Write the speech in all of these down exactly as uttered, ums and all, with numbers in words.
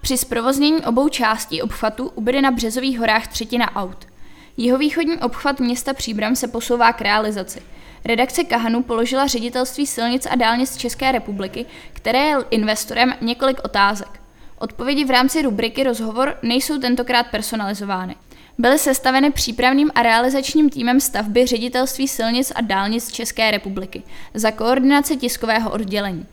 Při zprovoznění obou částí obchvatu ubyde na Březových horách třetina aut. Jihovýchodní obchvat města Příbram se posouvá k realizaci. Redakce Kahanu položila Ředitelství silnic a dálnic České republiky, které je investorem, několik otázek. Odpovědi v rámci rubriky Rozhovor nejsou tentokrát personalizovány. Byly sestaveny přípravným a realizačním týmem stavby Ředitelství silnic a dálnic České republiky za koordinace tiskového oddělení.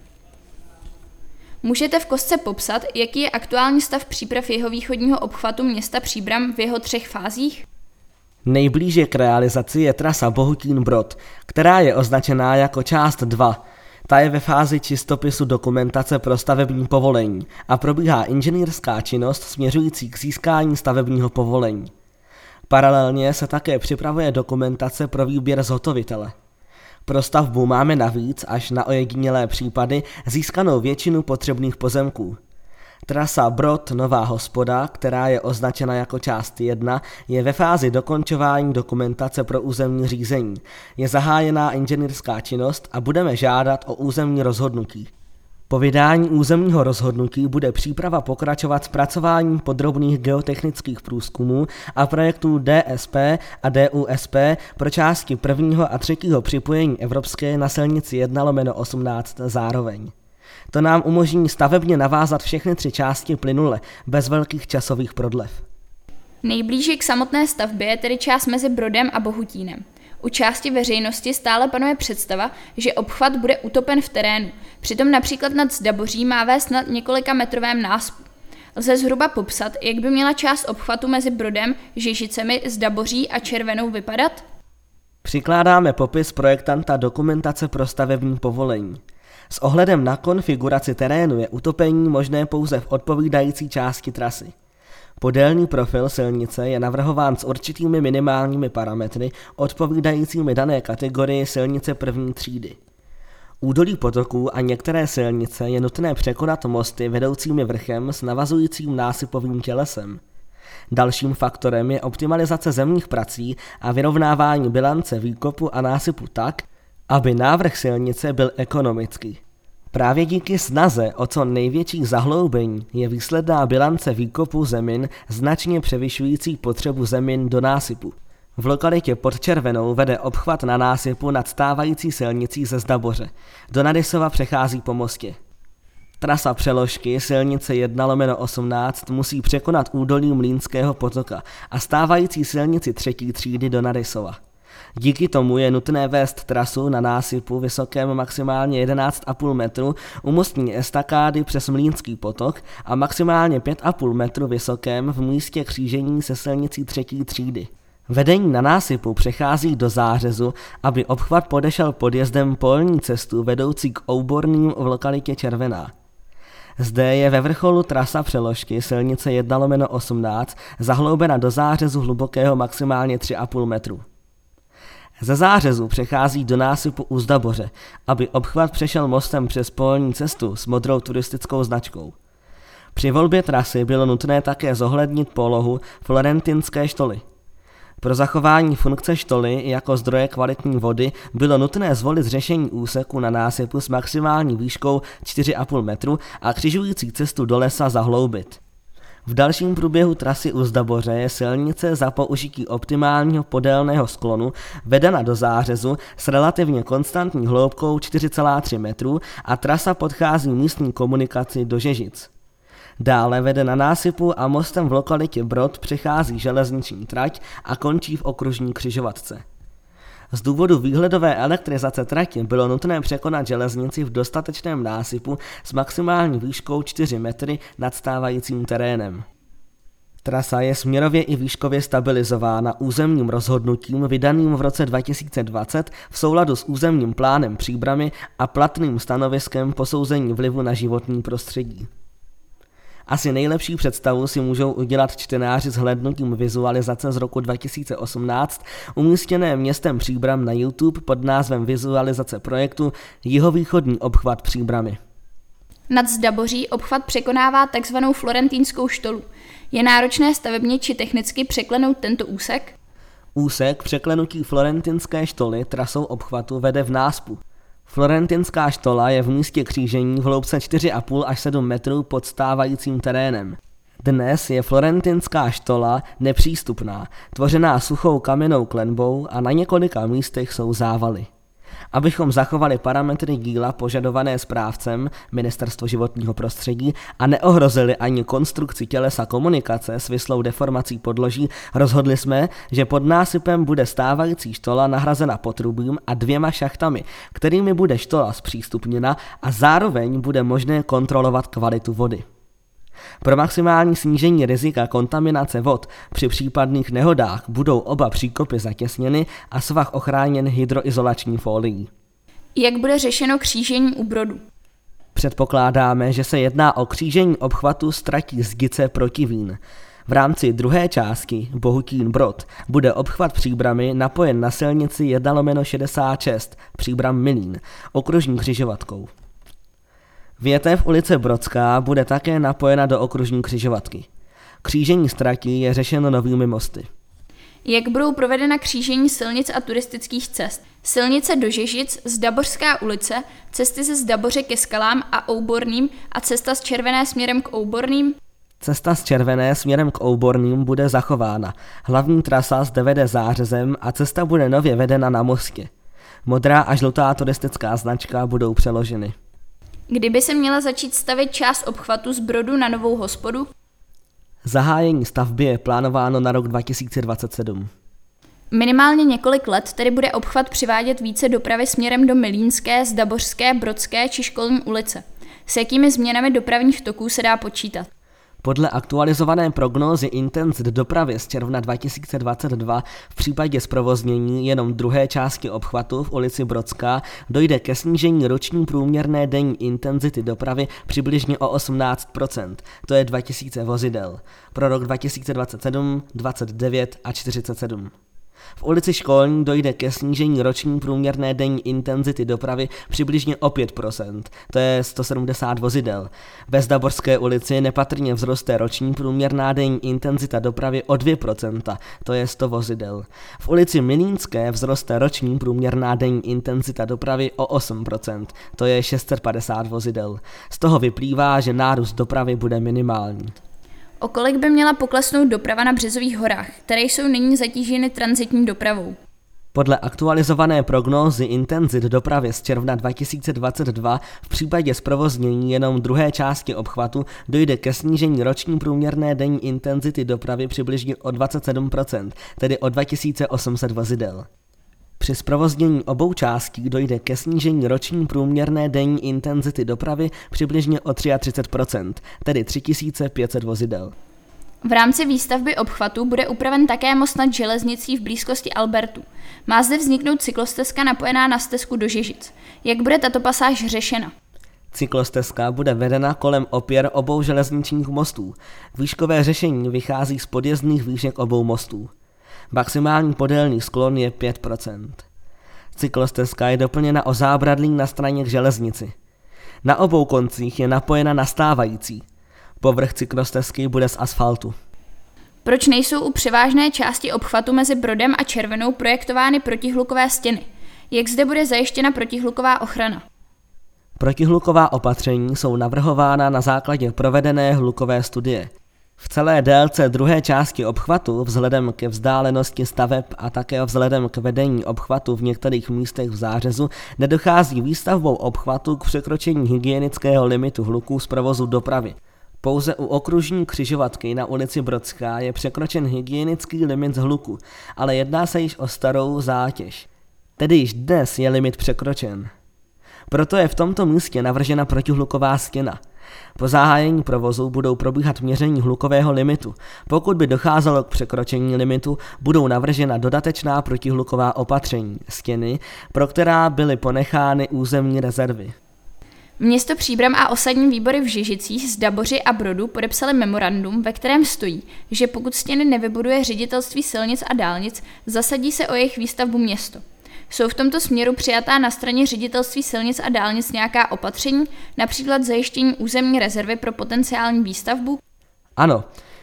Můžete v kostce popsat, jaký je aktuální stav příprav jihovýchodního obchvatu města Příbram v jeho třech fázích? Nejblíže k realizaci je trasa Bohutín-Brod, která je označená jako část dva. Ta je ve fázi čistopisu dokumentace pro stavební povolení a probíhá inženýrská činnost směřující k získání stavebního povolení. Paralelně se také připravuje dokumentace pro výběr zhotovitele. Pro stavbu máme navíc až na ojedinělé případy získanou většinu potřebných pozemků. Trasa Brod Nová Hospoda, která je označena jako část jedna, je ve fázi dokončování dokumentace pro územní řízení. Je zahájená inženýrská činnost a budeme žádat o územní rozhodnutí. Po vydání územního rozhodnutí bude příprava pokračovat zpracováním podrobných geotechnických průzkumů a projektů D S P a D U S P pro části prvního a třetího připojení evropské na silnici jedna lomeno osmnáct zároveň. To nám umožní stavebně navázat všechny tři části plynule, bez velkých časových prodlev. Nejblíže k samotné stavbě je tedy část mezi Brodem a Bohutínem. U části veřejnosti stále panuje představa, že obchvat bude utopen v terénu, přitom například nad Zdaboří má vést na několika metrovém náspu. Lze zhruba popsat, jak by měla část obchvatu mezi Brodem, Žižicemi, Zdaboří a Červenou vypadat? Přikládáme popis projektanta dokumentace pro stavební povolení. S ohledem na konfiguraci terénu je utopení možné pouze v odpovídající části trasy. Podélný profil silnice je navrhován s určitými minimálními parametry odpovídajícími dané kategorii silnice první třídy. Údolí potoků a některé silnice je nutné překonat mosty vedoucími vrchem s navazujícím násypovým tělesem. Dalším faktorem je optimalizace zemních prací a vyrovnávání bilance výkopu a násypu tak, aby návrh silnice byl ekonomický. Právě díky snaze o co největší zahloubení je výsledná bilance výkopu zemin značně převyšující potřebu zemin do násypu. V lokalitě pod Červenou vede obchvat na násypu nad stávající silnicí ze Zdaboře. Do Nadysova přechází po mostě. Trasa přeložky silnice jedna lomeno osmnáct musí překonat údolí Mlýnského potoka a stávající silnici třetí třídy do Nadysova. Díky tomu je nutné vést trasu na násypu vysokém maximálně jedenáct a půl metru u mostní estakády přes Mlýnský potok a maximálně pět a půl metru vysokém v místě křížení se silnicí třetí třídy. Vedení na násypu přechází do zářezu, aby obchvat podešel podjezdem polní cestu vedoucí k Ouborným v lokalitě Červená. Zde je ve vrcholu trasa přeložky silnice jedna lomeno osmnáct zahloubena do zářezu hlubokého maximálně tři a půl metru. Ze zářezu přechází do násypu u Zdaboře, aby obchvat přešel mostem přes polní cestu s modrou turistickou značkou. Při volbě trasy bylo nutné také zohlednit polohu Florentinské štoly. Pro zachování funkce štoly jako zdroje kvalitní vody bylo nutné zvolit řešení úseku na násypu s maximální výškou čtyři a půl metru a křižující cestu do lesa zahloubit. V dalším průběhu trasy u Zdaboře je silnice za použití optimálního podélného sklonu vedena do zářezu s relativně konstantní hloubkou čtyři celá tři metru a trasa podchází místní komunikaci do Žežic. Dále vede na násypu a mostem v lokalitě Brod přechází železniční trať a končí v okružní křižovatce. Z důvodu výhledové elektrizace trati bylo nutné překonat železnici v dostatečném násypu s maximální výškou čtyři metry nad stávajícím terénem. Trasa je směrově i výškově stabilizována územním rozhodnutím vydaným v roce dva tisíce dvacet v souladu s územním plánem Příbramy a platným stanoviskem posouzení vlivu na životní prostředí. Asi nejlepší představu si můžou udělat čtenáři s hlédnutím vizualizace z roku dva tisíce osmnáct, umístěné městem Příbram na YouTube pod názvem Vizualizace projektu Jihovýchodní obchvat Příbramy. Nad Zdaboří obchvat překonává takzvanou Florentínskou štolu. Je náročné stavebně či technicky překlenout tento úsek? Úsek překlenutí Florentinské štoly trasou obchvatu vede v náspu. Florentinská štola je v místě křížení v hloubce čtyři a půl až sedm metrů pod stávajícím terénem. Dnes je Florentinská štola nepřístupná, tvořená suchou kamennou klenbou a na několika místech jsou závaly. Abychom zachovali parametry díla požadované správcem, Ministerstvo životního prostředí, a neohrozili ani konstrukci tělesa komunikace s vyslou deformací podloží, rozhodli jsme, že pod násypem bude stávající štola nahrazena potrubím a dvěma šachtami, kterými bude štola zpřístupněna a zároveň bude možné kontrolovat kvalitu vody. Pro maximální snížení rizika kontaminace vod při případných nehodách budou oba příkopy zatěsněny a svah ochráněn hydroizolační fólií. Jak bude řešeno křížení u Brodu? Předpokládáme, že se jedná o křížení obchvatu z trati Zdice Protivín. V rámci druhé části Bohutín-Brod bude obchvat Příbrami napojen na silnici jedna lomeno šedesát šest Příbram-Milín okružní křižovatkou. Větev ulice Brodská bude také napojena do okružní křižovatky. Křížení z trati je řešeno novými mosty. Jak budou provedena křížení silnic a turistických cest? Silnice do Žežic, Zdabořská ulice, cesty ze Zdaboře ke Skalám a Ouborným a cesta z Červené směrem k Ouborným? Cesta z Červené směrem k Ouborným bude zachována. Hlavní trasa zde vede zářezem a cesta bude nově vedena na mostě. Modrá a žlutá turistická značka budou přeloženy. Kdyby se měla začít stavět část obchvatu z Brodu na Novou hospodu? Zahájení stavby je plánováno na rok dva tisíce dvacet sedm. Minimálně několik let tedy bude obchvat přivádět více dopravy směrem do Milínské, Zdabořské, Brodské či Školní ulice. S jakými změnami dopravních toků se dá počítat? Podle aktualizované prognózy intenzit dopravy z června dva tisíce dvacet dva v případě zprovoznění jenom druhé části obchvatu v ulici Brodská dojde ke snížení roční průměrné denní intenzity dopravy přibližně o osmnáct procent, to je dva tisíce vozidel, pro rok dva tisíce dvacet sedm, dvacet devět a čtyřicet sedm. V ulici Školní dojde ke snížení roční průměrné denní intenzity dopravy přibližně o pět procent, to je sto sedmdesát vozidel. Ve Zdaborské ulici nepatrně vzroste roční průměrná denní intenzita dopravy o dvě procenta, to je sto vozidel. V ulici Milínské vzroste roční průměrná denní intenzita dopravy o osm procent, to je šest set padesát vozidel. Z toho vyplývá, že nárůst dopravy bude minimální. O kolik by měla poklesnout doprava na Březových horách, které jsou nyní zatíženy tranzitní dopravou? Podle aktualizované prognózy intenzit dopravy z června dva tisíce dvacet dva v případě zprovoznění jenom druhé části obchvatu dojde ke snížení roční průměrné denní intenzity dopravy přibližně o dvacet sedm procent, tedy o dva tisíce osm set vozidel. Při zprovoznění obou částí dojde ke snížení roční průměrné denní intenzity dopravy přibližně o třicet tři procent, tedy tři tisíce pět set vozidel. V rámci výstavby obchvatu bude upraven také most nad železnicí v blízkosti Albertu. Má zde vzniknout cyklostezka napojená na stezku do Žežic. Jak bude tato pasáž řešena? Cyklostezka bude vedena kolem opěr obou železničních mostů. Výškové řešení vychází z podjezdných výšek obou mostů. Maximální podélný sklon je pět procent. Cyklostezka je doplněna o zábradlí na straně k železnici. Na obou koncích je napojena na stávající. Povrch cyklostezky bude z asfaltu. Proč nejsou u převážné části obchvatu mezi Brodem a Červenou projektovány protihlukové stěny? Jak zde bude zajištěna protihluková ochrana? Protihluková opatření jsou navrhována na základě provedené hlukové studie. V celé délce druhé části obchvatu vzhledem ke vzdálenosti staveb a také vzhledem k vedení obchvatu v některých místech v zářezu nedochází výstavbou obchvatu k překročení hygienického limitu hluku z provozu dopravy. Pouze u okružní křižovatky na ulici Brodská je překročen hygienický limit hluku, ale jedná se již o starou zátěž. Tedy již dnes je limit překročen. Proto je v tomto místě navržena protihluková stěna. Po zahájení provozu budou probíhat měření hlukového limitu. Pokud by docházelo k překročení limitu, budou navržena dodatečná protihluková opatření, stěny, pro která byly ponechány územní rezervy. Město Příbram a osadní výbory v Žežicích, Zdaboři a Brodu podepsali memorandum, ve kterém stojí, že pokud stěny nevybuduje ředitelství silnic a dálnic, zasadí se o jejich výstavbu město. Jsou v tomto směru přijatá na straně ředitelství silnic a dálnic nějaká opatření, například zajištění územní rezervy pro potenciální výstavbu? Ano,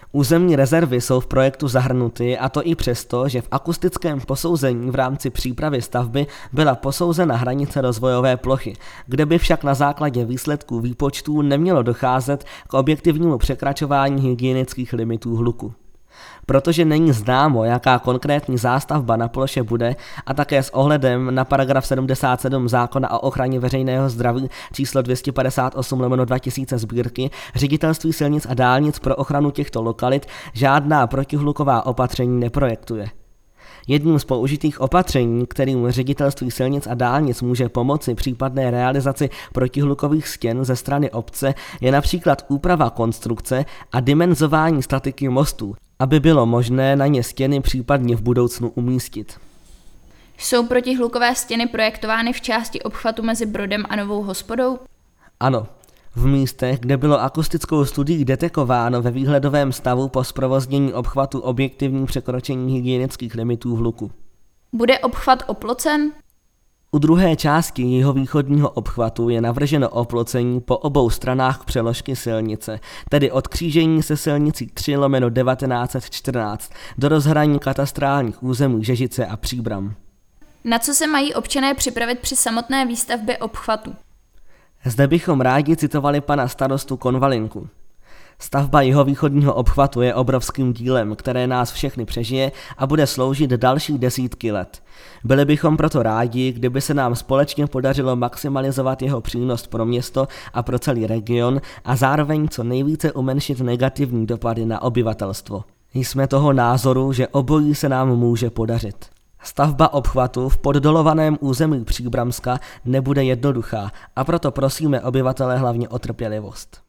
Územní rezervy jsou v projektu zahrnuty, a to i přesto, že v akustickém posouzení v rámci přípravy stavby byla posouzena hranice rozvojové plochy, kde by však na základě výsledků výpočtů nemělo docházet k objektivnímu překračování hygienických limitů hluku. Protože není známo, jaká konkrétní zástavba na ploše bude, a také s ohledem na paragraf sedmdesát sedm zákona o ochraně veřejného zdraví číslo dvě stě padesát osm lomeno dva tisíce sbírky, Ředitelství silnic a dálnic pro ochranu těchto lokalit žádná protihluková opatření neprojektuje. Jedním z použitých opatření, kterým Ředitelství silnic a dálnic může pomoci případné realizaci protihlukových stěn ze strany obce, je například úprava konstrukce a dimenzování statiky mostů, aby bylo možné na ně stěny případně v budoucnu umístit. Jsou protihlukové stěny projektovány v části obchvatu mezi Brodem a Novou Hospodou? Ano. V místech, kde bylo akustickou studií detekováno ve výhledovém stavu po zprovoznění obchvatu objektivní překročení hygienických limitů hluku. Bude obchvat oplocen? U druhé části jihovýchodního obchvatu je navrženo oplocení po obou stranách přeložky silnice, tedy od křížení se silnicí tři lomeno devatenáct set čtrnáct do rozhraní katastrálních území Žežice a Příbram. Na co se mají občané připravit při samotné výstavbě obchvatu? Zde bychom rádi citovali pana starostu Konvalinku. Stavba jihovýchodního obchvatu je obrovským dílem, které nás všechny přežije a bude sloužit další desítky let. Byli bychom proto rádi, kdyby se nám společně podařilo maximalizovat jeho přínos pro město a pro celý region a zároveň co nejvíce umenšit negativní dopady na obyvatelstvo. Jsme toho názoru, že obojí se nám může podařit. Stavba obchvatu v poddolovaném území Příbramska nebude jednoduchá, a proto prosíme obyvatele hlavně o trpělivost.